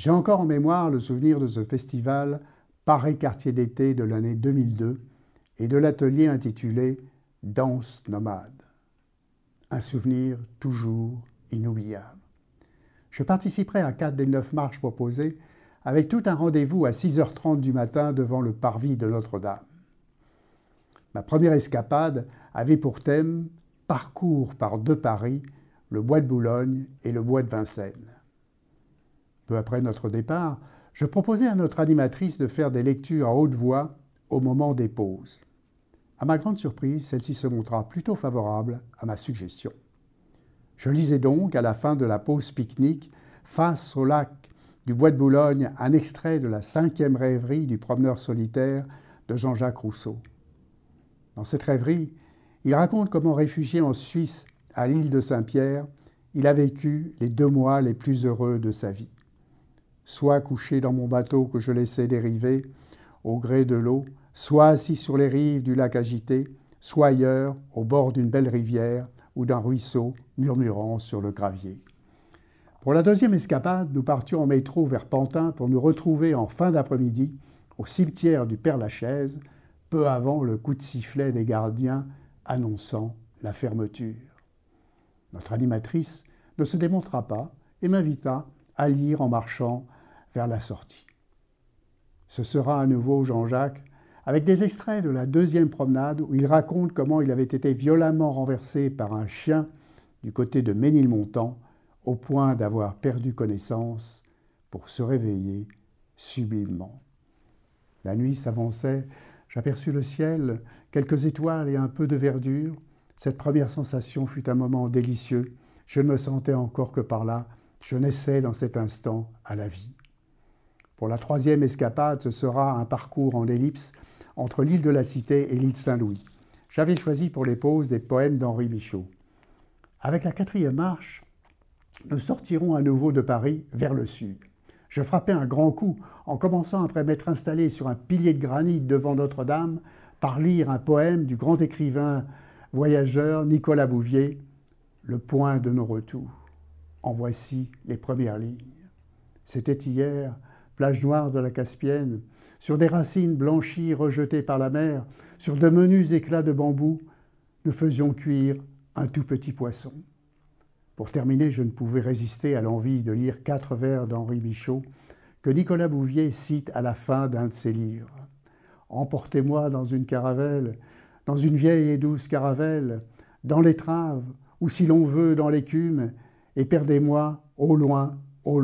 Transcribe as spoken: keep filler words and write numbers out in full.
J'ai encore en mémoire le souvenir de ce festival Paris Quartier d'été de l'année deux mille deux et de l'atelier intitulé « Danse nomade ». Un souvenir toujours inoubliable. Je participerai à quatre des neuf marches proposées avec tout un rendez-vous à six heures trente du matin devant le parvis de Notre-Dame. Ma première escapade avait pour thème « Parcours par deux Paris, le bois de Boulogne et le bois de Vincennes ». Peu après notre départ, je proposai à notre animatrice de faire des lectures à haute voix au moment des pauses. À ma grande surprise, celle-ci se montra plutôt favorable à ma suggestion. Je lisais donc, à la fin de la pause pique-nique, face au lac du bois de Boulogne, un extrait de la cinquième rêverie du promeneur solitaire de Jean-Jacques Rousseau. Dans cette rêverie, il raconte comment, réfugié en Suisse à l'île de Saint-Pierre, il a vécu les deux mois les plus heureux de sa vie. Soit couché dans mon bateau que je laissais dériver au gré de l'eau, soit assis sur les rives du lac agité, soit ailleurs, au bord d'une belle rivière ou d'un ruisseau murmurant sur le gravier. Pour la deuxième escapade, nous partions en métro vers Pantin pour nous retrouver en fin d'après-midi au cimetière du Père-Lachaise, peu avant le coup de sifflet des gardiens annonçant la fermeture. Notre animatrice ne se démontra pas et m'invita à lire en marchant vers la sortie. Ce sera à nouveau Jean-Jacques, avec des extraits de la deuxième promenade où il raconte comment il avait été violemment renversé par un chien du côté de Ménilmontant, au point d'avoir perdu connaissance pour se réveiller sublimement. La nuit s'avançait, j'aperçus le ciel, quelques étoiles et un peu de verdure. Cette première sensation fut un moment délicieux. Je ne me sentais encore que par là. Je naissais dans cet instant à la vie. Pour la troisième escapade, ce sera un parcours en ellipse entre l'île de la Cité et l'île Saint-Louis. J'avais choisi pour les pauses des poèmes d'Henri Michaud. Avec la quatrième marche, nous sortirons à nouveau de Paris vers le sud. Je frappai un grand coup en commençant, après m'être installé sur un pilier de granit devant Notre-Dame, par lire un poème du grand écrivain voyageur Nicolas Bouvier, « Le point de nos retours ». En voici les premières lignes. C'était hier, plage noire de la Caspienne, sur des racines blanchies rejetées par la mer, sur de menus éclats de bambou, nous faisions cuire un tout petit poisson. Pour terminer, je ne pouvais résister à l'envie de lire quatre vers d'Henri Michaud que Nicolas Bouvier cite à la fin d'un de ses livres. « Emportez-moi dans une caravelle, dans une vieille et douce caravelle, dans l'étrave, ou si l'on veut, dans l'écume, et perdez-moi au loin, au loin. »